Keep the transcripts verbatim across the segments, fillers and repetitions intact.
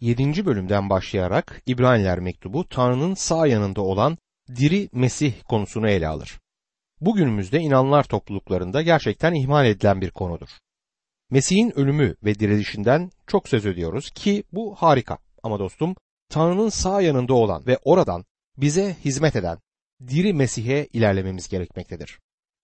yedinci bölümden başlayarak İbraniler mektubu Tanrı'nın sağ yanında olan diri Mesih konusunu ele alır. Bugünümüzde inananlar topluluklarında gerçekten ihmal edilen bir konudur. Mesih'in ölümü ve dirilişinden çok söz ediyoruz ki bu harika. Ama dostum, Tanrı'nın sağ yanında olan ve oradan bize hizmet eden diri Mesih'e ilerlememiz gerekmektedir.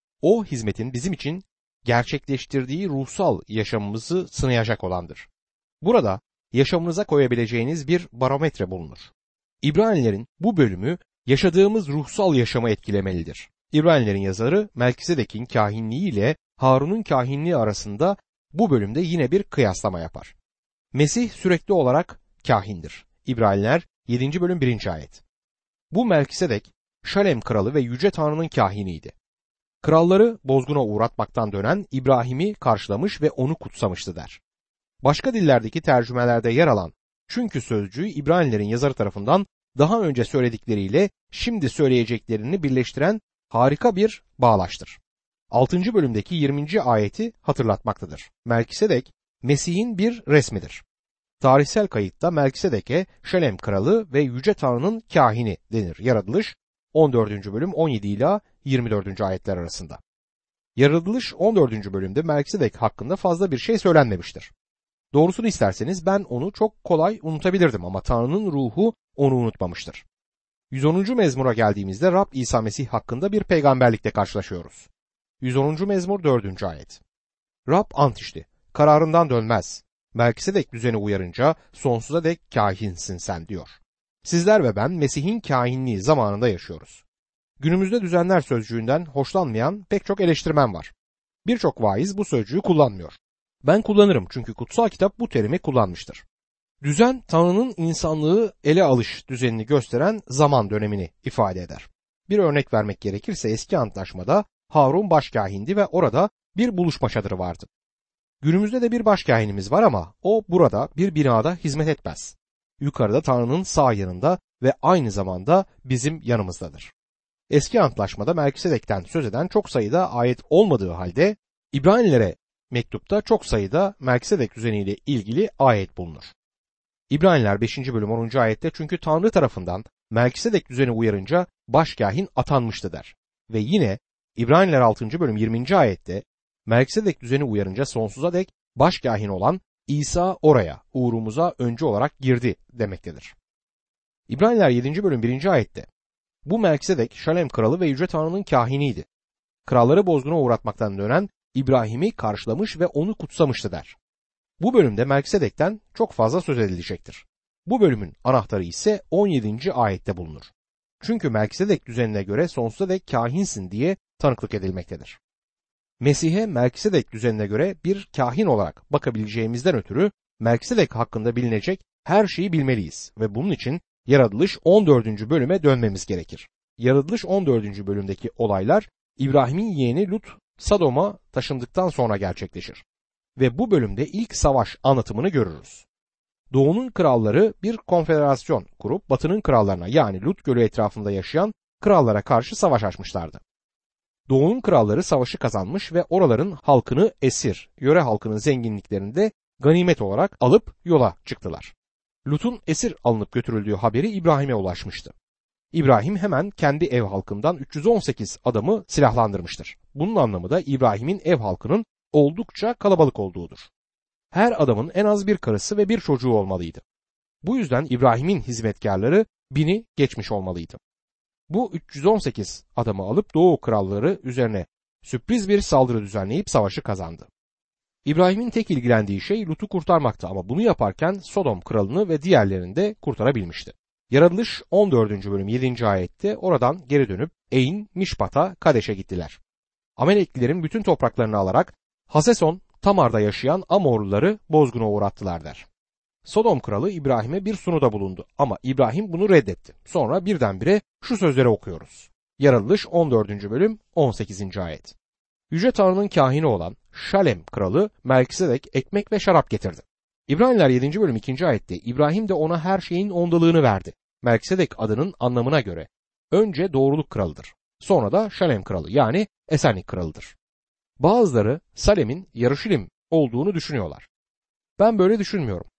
O hizmetin bizim için gerçekleştirdiği ruhsal yaşamımızı sınayacak olandır. Burada yaşamınıza koyabileceğiniz bir barometre bulunur. İbranilerin bu bölümü yaşadığımız ruhsal yaşamı etkilemelidir. İbranilerin yazarı Melkisedek'in kahinliği ile Harun'un kahinliği arasında bu bölümde yine bir kıyaslama yapar. Mesih sürekli olarak kahindir. İbraniler yedinci bölüm birinci ayet. Bu Melkisedek, Şalem kralı ve Yüce Tanrı'nın kahiniydi. Kralları bozguna uğratmaktan dönen İbrahim'i karşılamış ve onu kutsamıştı der. Başka dillerdeki tercümelerde yer alan çünkü sözcüğü İbranilerin yazarı tarafından daha önce söyledikleriyle şimdi söyleyeceklerini birleştiren harika bir bağlaçtır. altıncı bölümdeki yirminci ayeti hatırlatmaktadır. Melkisedek, Mesih'in bir resmidir. Tarihsel kayıtta Melkisedek'e Şalem kralı ve Yüce Tanrı'nın kahini denir. Yaratılış on dördüncü bölüm on yedi ila yirmi dördüncü ayetler arasında. Yaratılış on dördüncü bölümde Melkisedek hakkında fazla bir şey söylenmemiştir. Doğrusunu isterseniz ben onu çok kolay unutabilirdim ama Tanrı'nın ruhu onu unutmamıştır. yüz onuncu mezmura geldiğimizde Rab İsa Mesih hakkında bir peygamberlikle karşılaşıyoruz. yüz onuncu mezmur dördüncü ayet. Rab ant içti, kararından dönmez. Melkisedek düzeni uyarınca sonsuza dek kahinsin sen diyor. Sizler ve ben Mesih'in kahinliği zamanında yaşıyoruz. Günümüzde düzenler sözcüğünden hoşlanmayan pek çok eleştirmen var. Birçok vaiz bu sözcüğü kullanmıyor. Ben kullanırım çünkü kutsal kitap bu terimi kullanmıştır. Düzen, Tanrı'nın insanlığı ele alış düzenini gösteren zaman dönemini ifade eder. Bir örnek vermek gerekirse eski antlaşmada Harun başkahindi ve orada bir buluşma çadırı vardı. Günümüzde de bir başkahinimiz var ama o burada bir binada hizmet etmez. Yukarıda Tanrı'nın sağ yanında ve aynı zamanda bizim yanımızdadır. Eski antlaşmada Melkisedek'ten söz eden çok sayıda ayet olmadığı halde İbranilere mektupta çok sayıda Melkisedek düzeniyle ilgili ayet bulunur. İbraniler beşinci bölüm onuncu ayette çünkü Tanrı tarafından Melkisedek düzeni uyarınca başkahin atanmıştı der. Ve yine İbraniler altıncı bölüm yirminci ayette Melkisedek düzeni uyarınca sonsuza dek başkahin olan İsa oraya uğrumuza öncü olarak girdi demektedir. İbraniler yedinci bölüm birinci ayette bu Melkisedek Şalem kralı ve Yüce Tanrı'nın kahiniydi. Kralları bozguna uğratmaktan dönen İbrahim'i karşılamış ve onu kutsamıştı der. Bu bölümde Melkisedek'ten çok fazla söz edilecektir. Bu bölümün anahtarı ise on yedinci ayette bulunur. Çünkü Melkisedek düzenine göre sonsuza dek kahinsin diye tanıklık edilmektedir. Mesih'e Melkisedek düzenine göre bir kahin olarak bakabileceğimizden ötürü Melkisedek hakkında bilinecek her şeyi bilmeliyiz ve bunun için Yaratılış on dördüncü bölüme dönmemiz gerekir. Yaratılış on dördüncü bölümdeki olaylar İbrahim'in yeğeni Lut Sadom'a taşındıktan sonra gerçekleşir. Ve bu bölümde ilk savaş anlatımını görürüz. Doğu'nun kralları bir konfederasyon kurup Batı'nın krallarına yani Lut Gölü etrafında yaşayan krallara karşı savaş açmışlardı. Doğu'nun kralları savaşı kazanmış ve oraların halkını esir, yöre halkının zenginliklerini de ganimet olarak alıp yola çıktılar. Lut'un esir alınıp götürüldüğü haberi İbrahim'e ulaşmıştı. İbrahim hemen kendi ev halkından üç yüz on sekiz adamı silahlandırmıştır. Bunun anlamı da İbrahim'in ev halkının oldukça kalabalık olduğudur. Her adamın en az bir karısı ve bir çocuğu olmalıydı. Bu yüzden İbrahim'in hizmetkarları bini geçmiş olmalıydı. Bu üç yüz on sekiz adamı alıp Doğu kralları üzerine sürpriz bir saldırı düzenleyip savaşı kazandı. İbrahim'in tek ilgilendiği şey Lut'u kurtarmaktı ama bunu yaparken Sodom kralını ve diğerlerini de kurtarabilmişti. Yaratılış on dördüncü bölüm yedinci ayette oradan geri dönüp Eyn, Mişpat'a, Kadeş'e gittiler. Amaleklilerin bütün topraklarını alarak Haseson, Tamar'da yaşayan Amorluları bozguna uğrattılar der. Sodom kralı İbrahim'e bir sunuda bulundu ama İbrahim bunu reddetti. Sonra birdenbire şu sözleri okuyoruz. Yaratılış on dördüncü bölüm on sekizinci ayet. Yüce Tanrı'nın kahini olan Şalem kralı Melkisedek ekmek ve şarap getirdi. İbraniler yedinci bölüm ikinci ayette İbrahim de ona her şeyin ondalığını verdi. Melkisedek adının anlamına göre önce doğruluk kralıdır. Sonra da Şalem kralı yani esenlik kralıdır. Bazıları Salem'in Yarışilim olduğunu düşünüyorlar. Ben böyle düşünmüyorum.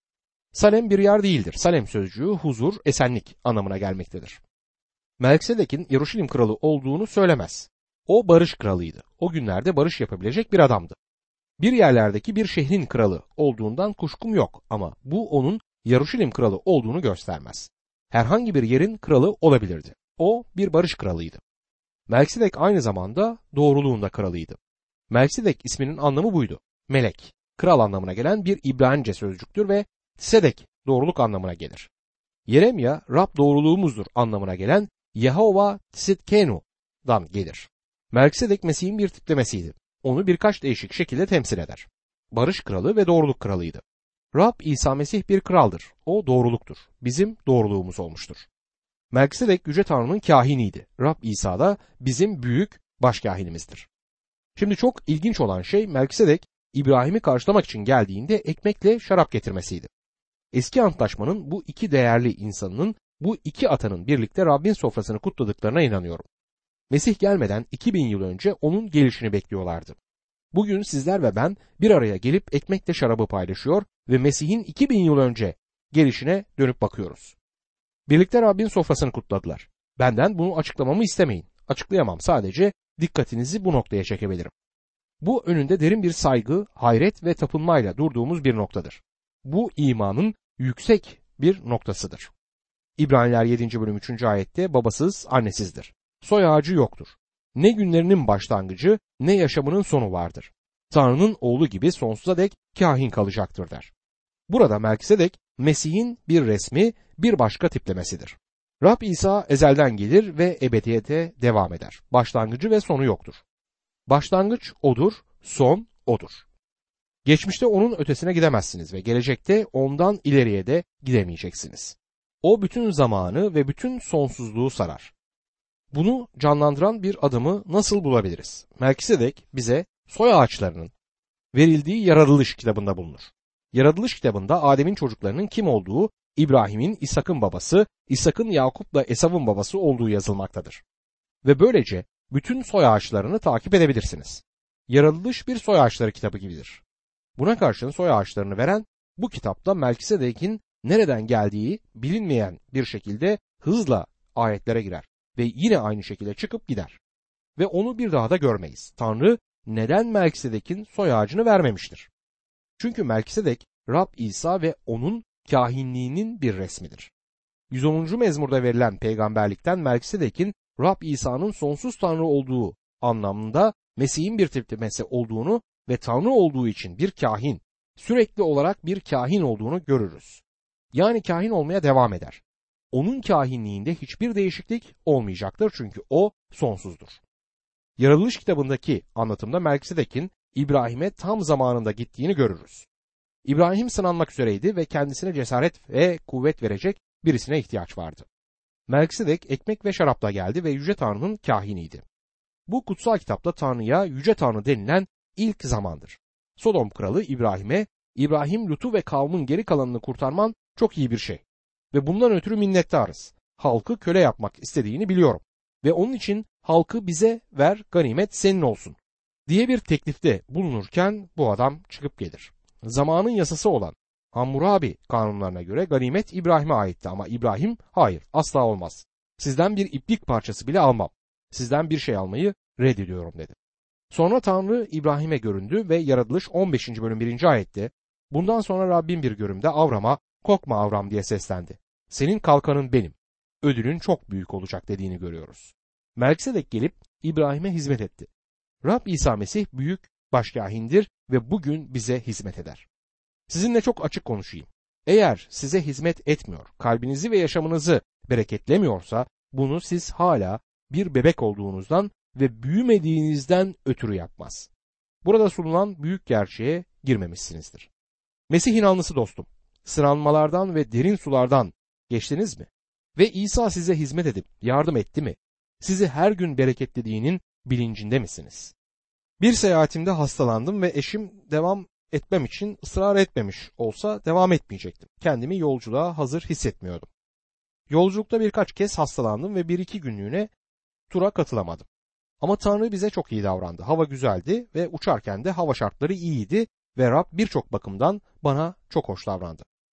Salem bir yer değildir. Salem sözcüğü huzur, esenlik anlamına gelmektedir. Melkisedek'in Yeruşalim kralı olduğunu söylemez. O barış kralıydı. O günlerde barış yapabilecek bir adamdı. Bir yerlerdeki bir şehrin kralı olduğundan kuşkum yok ama bu onun Yeruşalim kralı olduğunu göstermez. Herhangi bir yerin kralı olabilirdi. O bir barış kralıydı. Melkisedek aynı zamanda doğruluğun da kralıydı. Melkisedek isminin anlamı buydu. Melek, kral anlamına gelen bir İbranice sözcüktür ve Sedek doğruluk anlamına gelir. Yeremya, Rab doğruluğumuzdur anlamına gelen Yehova Tsitkenu''dan gelir. Melkisedek Mesih'in bir tiplemesiydi. Onu birkaç değişik şekilde temsil eder. Barış kralı ve doğruluk kralıydı. Rab İsa Mesih bir kraldır. O doğruluktur. Bizim doğruluğumuz olmuştur. Melkisedek Yüce Tanrı'nın kahiniydi. Rab İsa da bizim büyük başkahinimizdir. Şimdi çok ilginç olan şey Melkisedek İbrahim'i karşılamak için geldiğinde ekmekle şarap getirmesiydi. Eski antlaşmanın bu iki değerli insanının, bu iki atanın birlikte Rabbin sofrasını kutladıklarına inanıyorum. Mesih gelmeden iki bin yıl önce onun gelişini bekliyorlardı. Bugün sizler ve ben bir araya gelip ekmekle şarabı paylaşıyor ve Mesih'in iki bin yıl önce gelişine dönüp bakıyoruz. Birlikte Rabbin sofrasını kutladılar. Benden bunu açıklamamı istemeyin. Açıklayamam, sadece dikkatinizi bu noktaya çekebilirim. Bu önünde derin bir saygı, hayret ve tapınmayla durduğumuz bir noktadır. Bu imanın yüksek bir noktasıdır. İbraniler yedinci bölüm üçüncü ayette babasız, annesizdir. Soy ağacı yoktur. Ne günlerinin başlangıcı ne yaşamının sonu vardır. Tanrı'nın oğlu gibi sonsuza dek kahin kalacaktır der. Burada Melkisedek Mesih'in bir resmi, bir başka tiplemesidir. Rab İsa ezelden gelir ve ebediyete devam eder. Başlangıcı ve sonu yoktur. Başlangıç odur, son odur. Geçmişte onun ötesine gidemezsiniz ve gelecekte ondan ileriye de gidemeyeceksiniz. O bütün zamanı ve bütün sonsuzluğu sarar. Bunu canlandıran bir adımı nasıl bulabiliriz? Melkisedek bize soy ağaçlarının verildiği yaratılış kitabında bulunur. Yaratılış kitabında Adem'in çocuklarının kim olduğu, İbrahim'in İshak'ın babası, İshak'ın Yakup'la Esav'ın babası olduğu yazılmaktadır. Ve böylece bütün soy ağaçlarını takip edebilirsiniz. Yaratılış bir soy ağaçları kitabı gibidir. Buna karşın soy ağaçlarını veren bu kitapta Melkisedek'in nereden geldiği bilinmeyen bir şekilde hızla ayetlere girer ve yine aynı şekilde çıkıp gider. Ve onu bir daha da görmeyiz. Tanrı neden Melkisedek'in soy ağacını vermemiştir? Çünkü Melkisedek Rab İsa ve onun kahinliğinin bir resmidir. yüz onuncu mezmurda verilen peygamberlikten Melkisedek'in Rab İsa'nın sonsuz Tanrı olduğu anlamında Mesih'in bir tiplemesi olduğunu ve Tanrı olduğu için bir kahin, sürekli olarak bir kahin olduğunu görürüz. Yani kahin olmaya devam eder. Onun kahinliğinde hiçbir değişiklik olmayacaktır çünkü o sonsuzdur. Yaratılış kitabındaki anlatımda Melkisedek'in İbrahim'e tam zamanında gittiğini görürüz. İbrahim sınanmak üzereydi ve kendisine cesaret ve kuvvet verecek birisine ihtiyaç vardı. Melkisedek ekmek ve şarapla geldi ve Yüce Tanrı'nın kahiniydi. Bu kutsal kitapta Tanrı'ya Yüce Tanrı denilen ilk zamandır. Sodom kralı İbrahim'e, İbrahim Lut'u ve kavmin geri kalanını kurtarman çok iyi bir şey. Ve bundan ötürü minnettarız. Halkı köle yapmak istediğini biliyorum. Ve onun için halkı bize ver, ganimet senin olsun diye bir teklifte bulunurken bu adam çıkıp gelir. Zamanın yasası olan Hammurabi kanunlarına göre ganimet İbrahim'e aitti ama İbrahim hayır, asla olmaz. Sizden bir iplik parçası bile almam. Sizden bir şey almayı reddediyorum dedi. Sonra Tanrı İbrahim'e göründü ve Yaratılış on beşinci bölüm birinci ayette bundan sonra Rabbim bir görümde Avram'a korkma Avram diye seslendi. Senin kalkanın benim. Ödülün çok büyük olacak dediğini görüyoruz. Melkisedek gelip İbrahim'e hizmet etti. Rab İsa Mesih büyük başkahindir ve bugün bize hizmet eder. Sizinle çok açık konuşayım. Eğer size hizmet etmiyor, kalbinizi ve yaşamınızı bereketlemiyorsa bunu siz hala bir bebek olduğunuzdan ve büyümediğinizden ötürü yapmaz. Burada sunulan büyük gerçeğe girmemişsinizdir. Mesih inanlısı dostum, sınanmalardan ve derin sulardan geçtiniz mi? Ve İsa size hizmet edip yardım etti mi? Sizi her gün bereketlediğinin bilincinde misiniz? Bir seyahatimde hastalandım ve eşim devam etmem için ısrar etmemiş olsa devam etmeyecektim. Kendimi yolculuğa hazır hissetmiyordum. Yolculukta birkaç kez hastalandım ve bir iki günlüğüne tura katılamadım. Ama Tanrı bize çok iyi davrandı. Hava güzeldi ve uçarken de hava şartları iyiydi ve Rab birçok bakımdan bana çok hoş davrandı.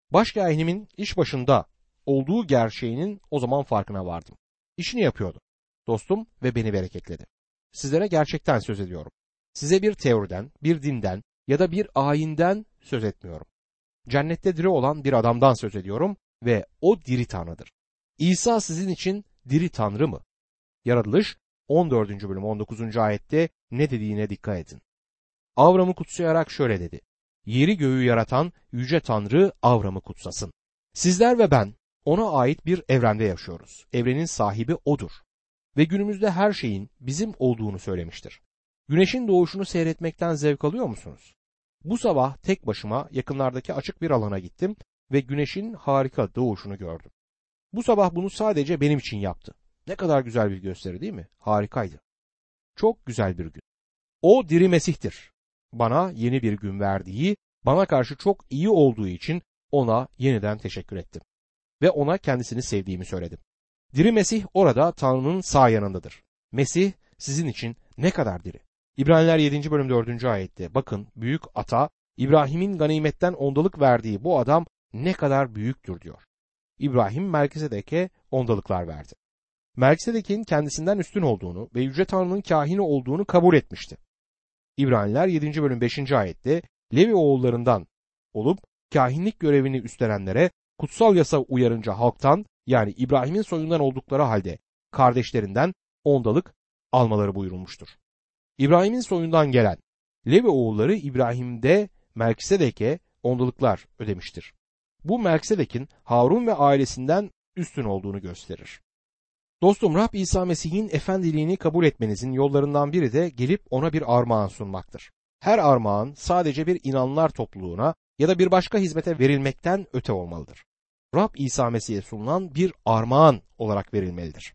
Başkâhinimin iş başında olduğu gerçeğinin o zaman farkına vardım. İşini yapıyordu. Dostum ve beni bereketledi. Sizlere gerçekten söz ediyorum. Size bir teoriden, bir dinden ya da bir ayinden söz etmiyorum. Cennette diri olan bir adamdan söz ediyorum ve o diri Tanrı'dır. İsa sizin için diri Tanrı mı? Yaratılış on dördüncü bölüm on dokuzuncu ayette ne dediğine dikkat edin. Avram'ı kutsayarak şöyle dedi. Yeri göğü yaratan yüce Tanrı Avram'ı kutsasın. Sizler ve ben ona ait bir evrende yaşıyoruz. Evrenin sahibi odur. Ve günümüzde her şeyin bizim olduğunu söylemiştir. Güneşin doğuşunu seyretmekten zevk alıyor musunuz? Bu sabah tek başıma yakınlardaki açık bir alana gittim ve güneşin harika doğuşunu gördüm. Bu sabah bunu sadece benim için yaptı. Ne kadar güzel bir gösteri değil mi? Harikaydı. Çok güzel bir gün. O diri Mesih'tir. Bana yeni bir gün verdiği, bana karşı çok iyi olduğu için ona yeniden teşekkür ettim. Ve ona kendisini sevdiğimi söyledim. Diri Mesih orada Tanrı'nın sağ yanındadır. Mesih sizin için ne kadar diri. İbraniler yedinci bölüm dördüncü ayette bakın büyük ata İbrahim'in ganimetten ondalık verdiği bu adam ne kadar büyüktür diyor. İbrahim Melkisedek'e ondalıklar verdi. Melkisedek'in kendisinden üstün olduğunu ve Yüce Tanrı'nın kahini olduğunu kabul etmişti. İbraniler yedinci bölüm beşinci ayette Levi oğullarından olup kahinlik görevini üstlenenlere kutsal yasa uyarınca halktan yani İbrahim'in soyundan oldukları halde kardeşlerinden ondalık almaları buyurulmuştur. İbrahim'in soyundan gelen Levi oğulları İbrahim'de Melkisedek'e ondalıklar ödemiştir. Bu Melkisedek'in Harun ve ailesinden üstün olduğunu gösterir. Dostum Rab İsa Mesih'in efendiliğini kabul etmenizin yollarından biri de gelip ona bir armağan sunmaktır. Her armağan sadece bir inanlar topluluğuna ya da bir başka hizmete verilmekten öte olmalıdır. Rab İsa Mesih'e sunulan bir armağan olarak verilmelidir.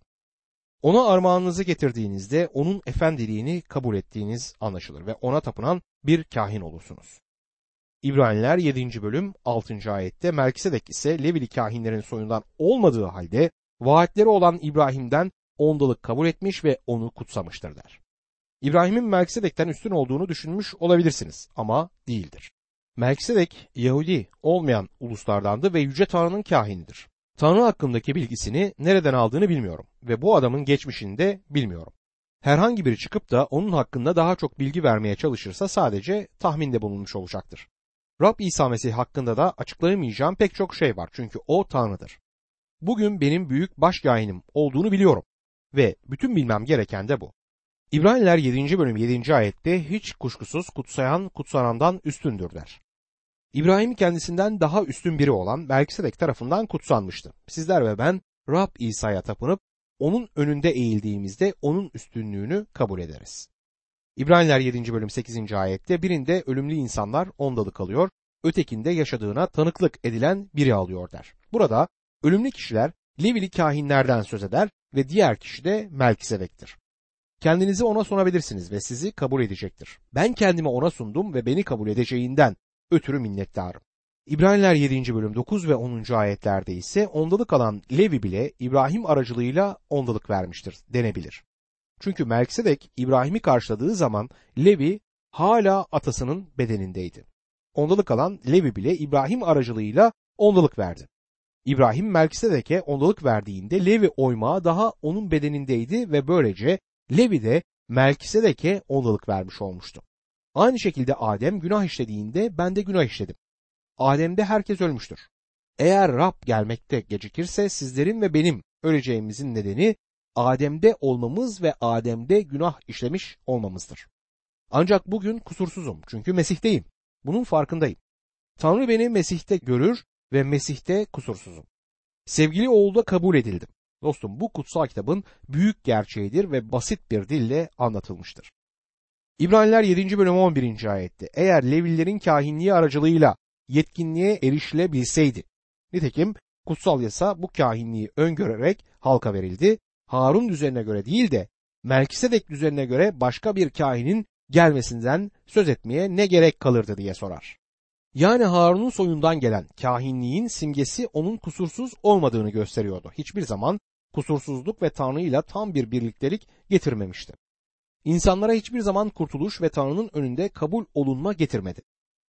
Ona armağanınızı getirdiğinizde onun efendiliğini kabul ettiğiniz anlaşılır ve ona tapınan bir kahin olursunuz. İbraniler yedinci bölüm altıncı ayette Melkisedek ise Levili kahinlerin soyundan olmadığı halde vaatleri olan İbrahim'den ondalık kabul etmiş ve onu kutsamıştır der. İbrahim'in Melkisedek'ten üstün olduğunu düşünmüş olabilirsiniz ama değildir. Melkisedek Yahudi olmayan uluslardandı ve Yüce Tanrı'nın kahinidir. Tanrı hakkındaki bilgisini nereden aldığını bilmiyorum ve bu adamın geçmişini de bilmiyorum. Herhangi biri çıkıp da onun hakkında daha çok bilgi vermeye çalışırsa sadece tahminde bulunmuş olacaktır. Rab İsa Mesih hakkında da açıklayamayacağım pek çok şey var çünkü o Tanrı'dır. Bugün benim büyük başkâhinim olduğunu biliyorum ve bütün bilmem gereken de bu. İbraniler yedinci bölüm yedinci ayette hiç kuşkusuz kutsayan kutsanandan üstündür der. İbrahim kendisinden daha üstün biri olan Melkisedek tarafından kutsanmıştı. Sizler ve ben Rab İsa'ya tapınıp onun önünde eğildiğimizde onun üstünlüğünü kabul ederiz. İbraniler yedinci bölüm sekizinci ayette birinde ölümlü insanlar ondalık alıyor, ötekinde yaşadığına tanıklık edilen biri alıyor der. Burada ölümlü kişiler Levili kahinlerden söz eder ve diğer kişi de Melkisedek'tir. Kendinizi ona sunabilirsiniz ve sizi kabul edecektir. Ben kendimi ona sundum ve beni kabul edeceğinden ötürü minnettarım. İbraniler yedinci bölüm dokuz ve onuncu ayetlerde ise ondalık alan Levi bile İbrahim aracılığıyla ondalık vermiştir denebilir. Çünkü Melkisedek İbrahim'i karşıladığı zaman Levi hala atasının bedenindeydi. Ondalık alan Levi bile İbrahim aracılığıyla ondalık verdi. İbrahim Melkisedek'e ondalık verdiğinde Levi oymağı daha onun bedenindeydi ve böylece Levi de Melkisedek'e ondalık vermiş olmuştu. Aynı şekilde Adem günah işlediğinde ben de günah işledim. Adem'de herkes ölmüştür. Eğer Rab gelmekte gecikirse sizlerin ve benim öleceğimizin nedeni Adem'de olmamız ve Adem'de günah işlemiş olmamızdır. Ancak bugün kusursuzum çünkü Mesih'teyim. Bunun farkındayım. Tanrı beni Mesih'te görür ve Mesih'te kusursuzum. Sevgili oğulda kabul edildim. Dostum bu kutsal kitabın büyük gerçeğidir ve basit bir dille anlatılmıştır. İbraniler yedinci bölüm on birinci ayette eğer Levillerin kahinliği aracılığıyla yetkinliğe erişilebilseydi. Nitekim kutsal yasa bu kahinliği öngörerek halka verildi. Harun düzenine göre değil de Melkisedek düzenine göre başka bir kahinin gelmesinden söz etmeye ne gerek kalırdı diye sorar. Yani Harun'un soyundan gelen kahinliğin simgesi onun kusursuz olmadığını gösteriyordu. Hiçbir zaman kusursuzluk ve Tanrı ile tam bir birliktelik getirmemişti. İnsanlara hiçbir zaman kurtuluş ve Tanrı'nın önünde kabul olunma getirmedi.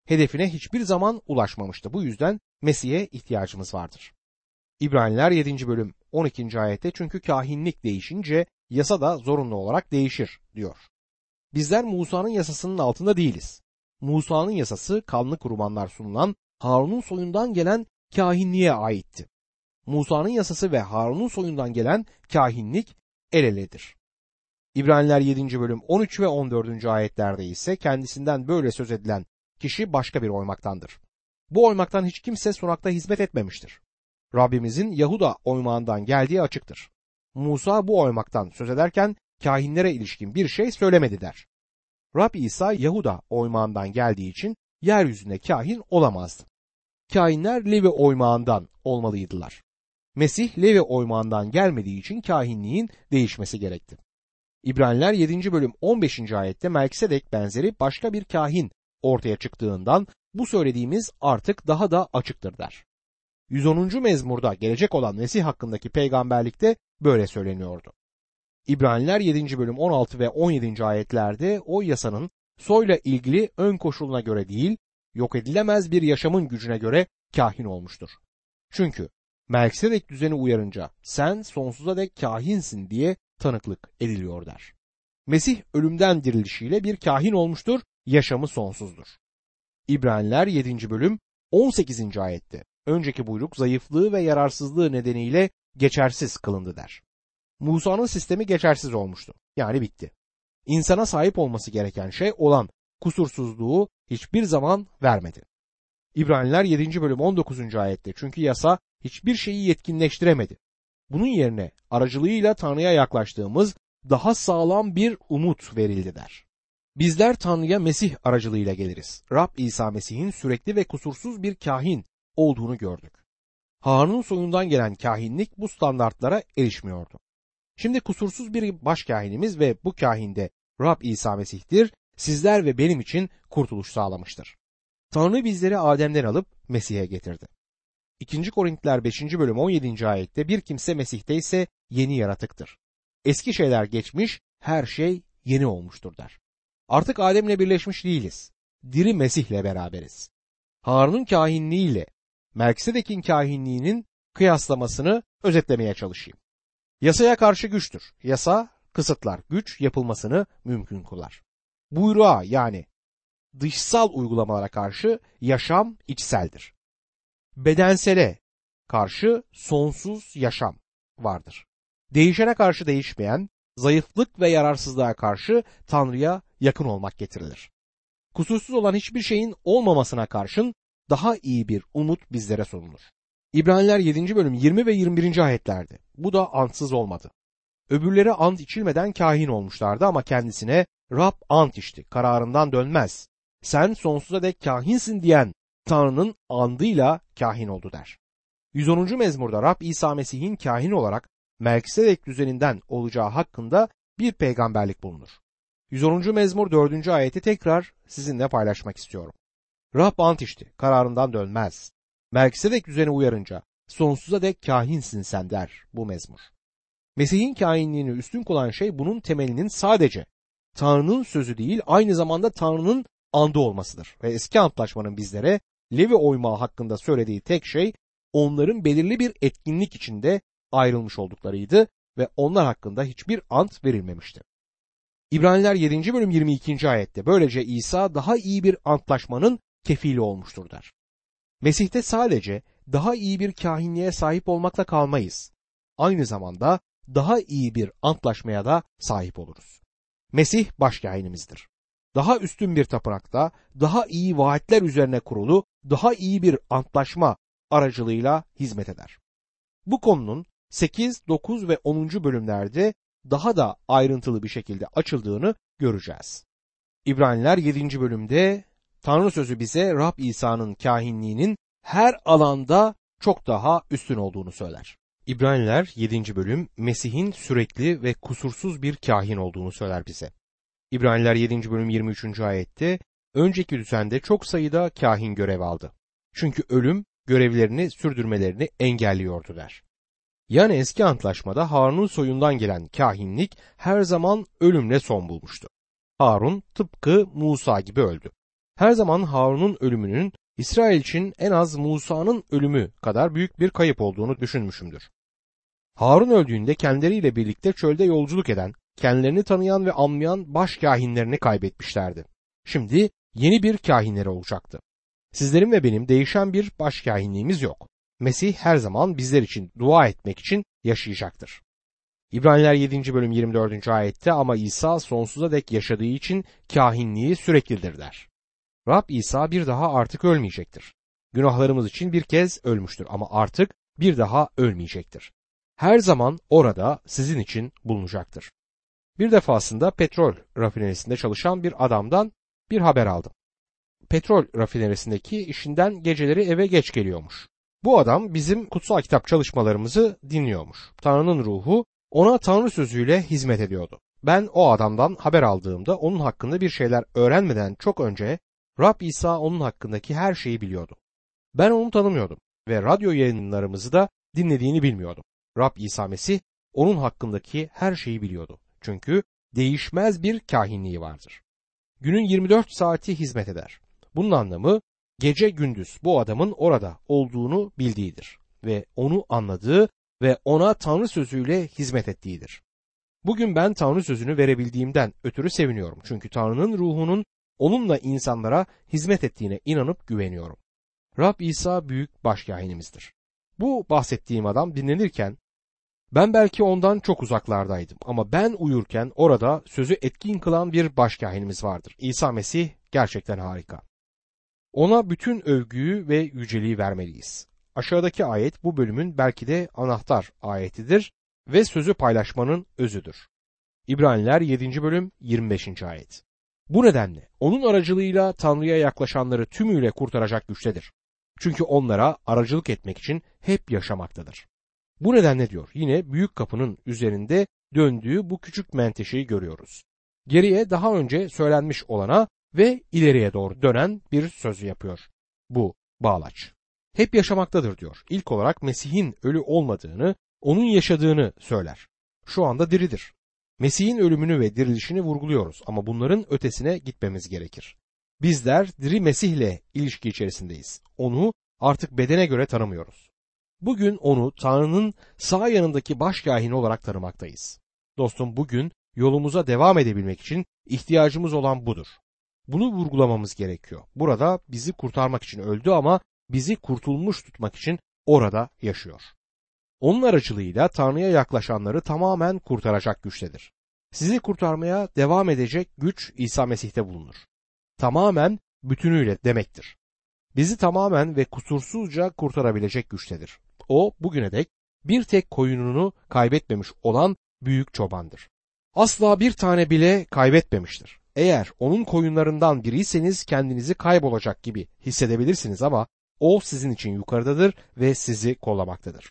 hedefine hiçbir zaman ulaşmamıştı. Bu yüzden Mesih'e ihtiyacımız vardır. İbraniler yedinci bölüm on ikinci ayette çünkü kahinlik değişince yasa da zorunlu olarak değişir diyor. Bizler Musa'nın yasasının altında değiliz. Musa'nın yasası kanlı kurbanlar sunulan Harun'un soyundan gelen kahinliğe aitti. Musa'nın yasası ve Harun'un soyundan gelen kahinlik el eledir. İbraniler yedinci bölüm on üç ve on dördüncü ayetlerde ise kendisinden böyle söz edilen kişi başka bir oymaktandır. Bu oymaktan hiç kimse sunakta hizmet etmemiştir. Rabbimizin Yahuda oymağından geldiği açıktır. Musa bu oymaktan söz ederken kahinlere ilişkin bir şey söylemedi der. Rab İsa Yahuda oymağından geldiği için yeryüzünde kahin olamazdı. Kahinler Levi oymağından olmalıydılar. Mesih Levi oymağından gelmediği için kahinliğin değişmesi gerekti. İbraniler yedinci bölüm on beşinci ayette Melkisedek benzeri başka bir kahin ortaya çıktığından bu söylediğimiz artık daha da açıktır der. yüz onuncu mezmurda gelecek olan Mesih hakkındaki peygamberlikte böyle söyleniyordu. İbraniler yedinci bölüm on altı ve on yedinci ayetlerde o yasanın soyla ilgili ön koşuluna göre değil, yok edilemez bir yaşamın gücüne göre kahin olmuştur. Çünkü Melkisedek düzeni uyarınca sen sonsuza dek kahinsin diye tanıklık ediliyor der. Mesih ölümden dirilişiyle bir kahin olmuştur, yaşamı sonsuzdur. İbraniler yedinci bölüm on sekizinci ayette önceki buyruk zayıflığı ve yararsızlığı nedeniyle geçersiz kılındı der. Musa'nın sistemi geçersiz olmuştu. Yani bitti. İnsana sahip olması gereken şey olan kusursuzluğu hiçbir zaman vermedi. İbraniler yedinci bölüm on dokuzuncu ayette çünkü yasa hiçbir şeyi yetkinleştiremedi. Bunun yerine aracılığıyla Tanrı'ya yaklaştığımız daha sağlam bir umut verildi der. Bizler Tanrı'ya Mesih aracılığıyla geliriz. Rab İsa Mesih'in sürekli ve kusursuz bir kahin olduğunu gördük. Harun'un soyundan gelen kahinlik bu standartlara erişmiyordu. Şimdi kusursuz bir başkahinimiz ve bu kahinde Rab İsa Mesih'tir, sizler ve benim için kurtuluş sağlamıştır. Tanrı bizleri Adem'den alıp Mesih'e getirdi. ikinci Korintiler beşinci bölüm on yedinci ayette bir kimse Mesih'te ise yeni yaratıktır. Eski şeyler geçmiş, her şey yeni olmuştur der. Artık Adem'le birleşmiş değiliz. Diri Mesih'le beraberiz. Harun'un kahinliğiyle Melkisedek'in kahinliğinin kıyaslamasını özetlemeye çalışayım. Yasaya karşı güçtür. Yasa kısıtlar, güç yapılmasını mümkün kılar. Buyruğa yani dışsal uygulamalara karşı yaşam içseldir. Bedensele karşı sonsuz yaşam vardır. Değişene karşı değişmeyen, zayıflık ve yararsızlığa karşı Tanrı'ya yakın olmak getirilir. Kusursuz olan hiçbir şeyin olmamasına karşın daha iyi bir umut bizlere sunulur. İbraniler yedinci bölüm yirmi ve yirmi birinci ayetlerde bu da antsız olmadı. Öbürleri ant içilmeden kahin olmuşlardı ama kendisine Rab ant içti, kararından dönmez. Sen sonsuza dek kahinsin diyen Tanrı'nın andıyla kahin oldu der. yüz onuncu mezmurda Rab İsa Mesih'in kahin olarak Melkisedek düzeninden olacağı hakkında bir peygamberlik bulunur. yüz onuncu mezmur dördüncü ayeti tekrar sizinle paylaşmak istiyorum. Rab ant içti, kararından dönmez. Melkisedek düzeni uyarınca sonsuza dek kahinsin sen der bu mezmur. Mesih'in kahinliğini üstün kılan şey bunun temelinin sadece Tanrı'nın sözü değil aynı zamanda Tanrı'nın andı olmasıdır. Ve eski antlaşmanın bizlere Levi oymağı hakkında söylediği tek şey onların belirli bir etkinlik içinde ayrılmış olduklarıydı ve onlar hakkında hiçbir ant verilmemişti. İbraniler yedinci bölüm yirmi ikinci ayette böylece İsa daha iyi bir antlaşmanın kefili olmuştur der. Mesih'te sadece daha iyi bir kahinliğe sahip olmakla kalmayız. Aynı zamanda daha iyi bir antlaşmaya da sahip oluruz. Mesih başkahinimizdir. Daha üstün bir tapınakta, daha iyi vaatler üzerine kurulu, daha iyi bir antlaşma aracılığıyla hizmet eder. Bu konunun sekiz, dokuz ve onuncu bölümlerde daha da ayrıntılı bir şekilde açıldığını göreceğiz. İbraniler yedinci bölümde Tanrı sözü bize Rab İsa'nın kahinliğinin her alanda çok daha üstün olduğunu söyler. İbraniler yedinci bölüm Mesih'in sürekli ve kusursuz bir kahin olduğunu söyler bize. İbraniler yedinci bölüm yirmi üçüncü ayette önceki düzende çok sayıda kahin görev aldı. Çünkü ölüm görevlerini sürdürmelerini engelliyordu der. Yani eski antlaşmada Harun'un soyundan gelen kahinlik her zaman ölümle son bulmuştu. Harun tıpkı Musa gibi öldü. Her zaman Harun'un ölümünün İsrail için en az Musa'nın ölümü kadar büyük bir kayıp olduğunu düşünmüşümdür. Harun öldüğünde kendileriyle birlikte çölde yolculuk eden, kendilerini tanıyan ve anlayan baş kahinlerini kaybetmişlerdi. Şimdi yeni bir kahinleri olacaktı. Sizlerin ve benim değişen bir baş kahinliğimiz yok. Mesih her zaman bizler için dua etmek için yaşayacaktır. İbraniler yedinci bölüm yirmi dördüncü ayette ama İsa sonsuza dek yaşadığı için kahinliği süreklidir der. Rab İsa bir daha artık ölmeyecektir. Günahlarımız için bir kez ölmüştür ama artık bir daha ölmeyecektir. Her zaman orada sizin için bulunacaktır. Bir defasında petrol rafinerisinde çalışan bir adamdan bir haber aldım. Petrol rafinerisindeki işinden geceleri eve geç geliyormuş. Bu adam bizim kutsal kitap çalışmalarımızı dinliyormuş. Tanrı'nın ruhu ona Tanrı sözüyle hizmet ediyordu. Ben o adamdan haber aldığımda onun hakkında bir şeyler öğrenmeden çok önce Rab İsa onun hakkındaki her şeyi biliyordu. Ben onu tanımıyordum ve radyo yayınlarımızı da dinlediğini bilmiyordum. Rab İsa Mesih onun hakkındaki her şeyi biliyordu. Çünkü değişmez bir kahinliği vardır. Günün yirmi dört saati hizmet eder. Bunun anlamı gece gündüz bu adamın orada olduğunu bildiğidir ve onu anladığı ve ona Tanrı sözüyle hizmet ettiğidir. Bugün ben Tanrı sözünü verebildiğimden ötürü seviniyorum. Çünkü Tanrı'nın ruhunun onunla insanlara hizmet ettiğine inanıp güveniyorum. Rab İsa büyük başkahinimizdir. Bu bahsettiğim adam dinlenirken ben belki ondan çok uzaklardaydım ama ben uyurken orada sözü etkin kılan bir başkahinimiz vardır. İsa Mesih gerçekten harika. Ona bütün övgüyü ve yüceliği vermeliyiz. Aşağıdaki ayet bu bölümün belki de anahtar ayetidir ve sözü paylaşmanın özüdür. İbraniler yedinci bölüm yirmi beşinci ayet. Bu nedenle onun aracılığıyla Tanrı'ya yaklaşanları tümüyle kurtaracak güçtedir. Çünkü onlara aracılık etmek için hep yaşamaktadır. Bu nedenle diyor yine büyük kapının üzerinde döndüğü bu küçük menteşeyi görüyoruz. Geriye daha önce söylenmiş olana ve ileriye doğru dönen bir söz yapıyor. Bu bağlaç. Hep yaşamaktadır diyor. İlk olarak Mesih'in ölü olmadığını, onun yaşadığını söyler. Şu anda diridir. Mesih'in ölümünü ve dirilişini vurguluyoruz ama bunların ötesine gitmemiz gerekir. Bizler diri Mesih'le ilişki içerisindeyiz. Onu artık bedene göre tanımıyoruz. Bugün onu Tanrı'nın sağ yanındaki başkahini olarak tanımaktayız. Dostum bugün yolumuza devam edebilmek için ihtiyacımız olan budur. Bunu vurgulamamız gerekiyor. Burada bizi kurtarmak için öldü ama bizi kurtulmuş tutmak için orada yaşıyor. Onun aracılığıyla Tanrı'ya yaklaşanları tamamen kurtaracak güçtedir. Sizi kurtarmaya devam edecek güç İsa Mesih'te bulunur. Tamamen bütünüyle demektir. Bizi tamamen ve kusursuzca kurtarabilecek güçtedir. O bugüne dek bir tek koyununu kaybetmemiş olan büyük çobandır. Asla bir tane bile kaybetmemiştir. Eğer onun koyunlarından biriyseniz kendinizi kaybolacak gibi hissedebilirsiniz ama o sizin için yukarıdadır ve sizi kollamaktadır.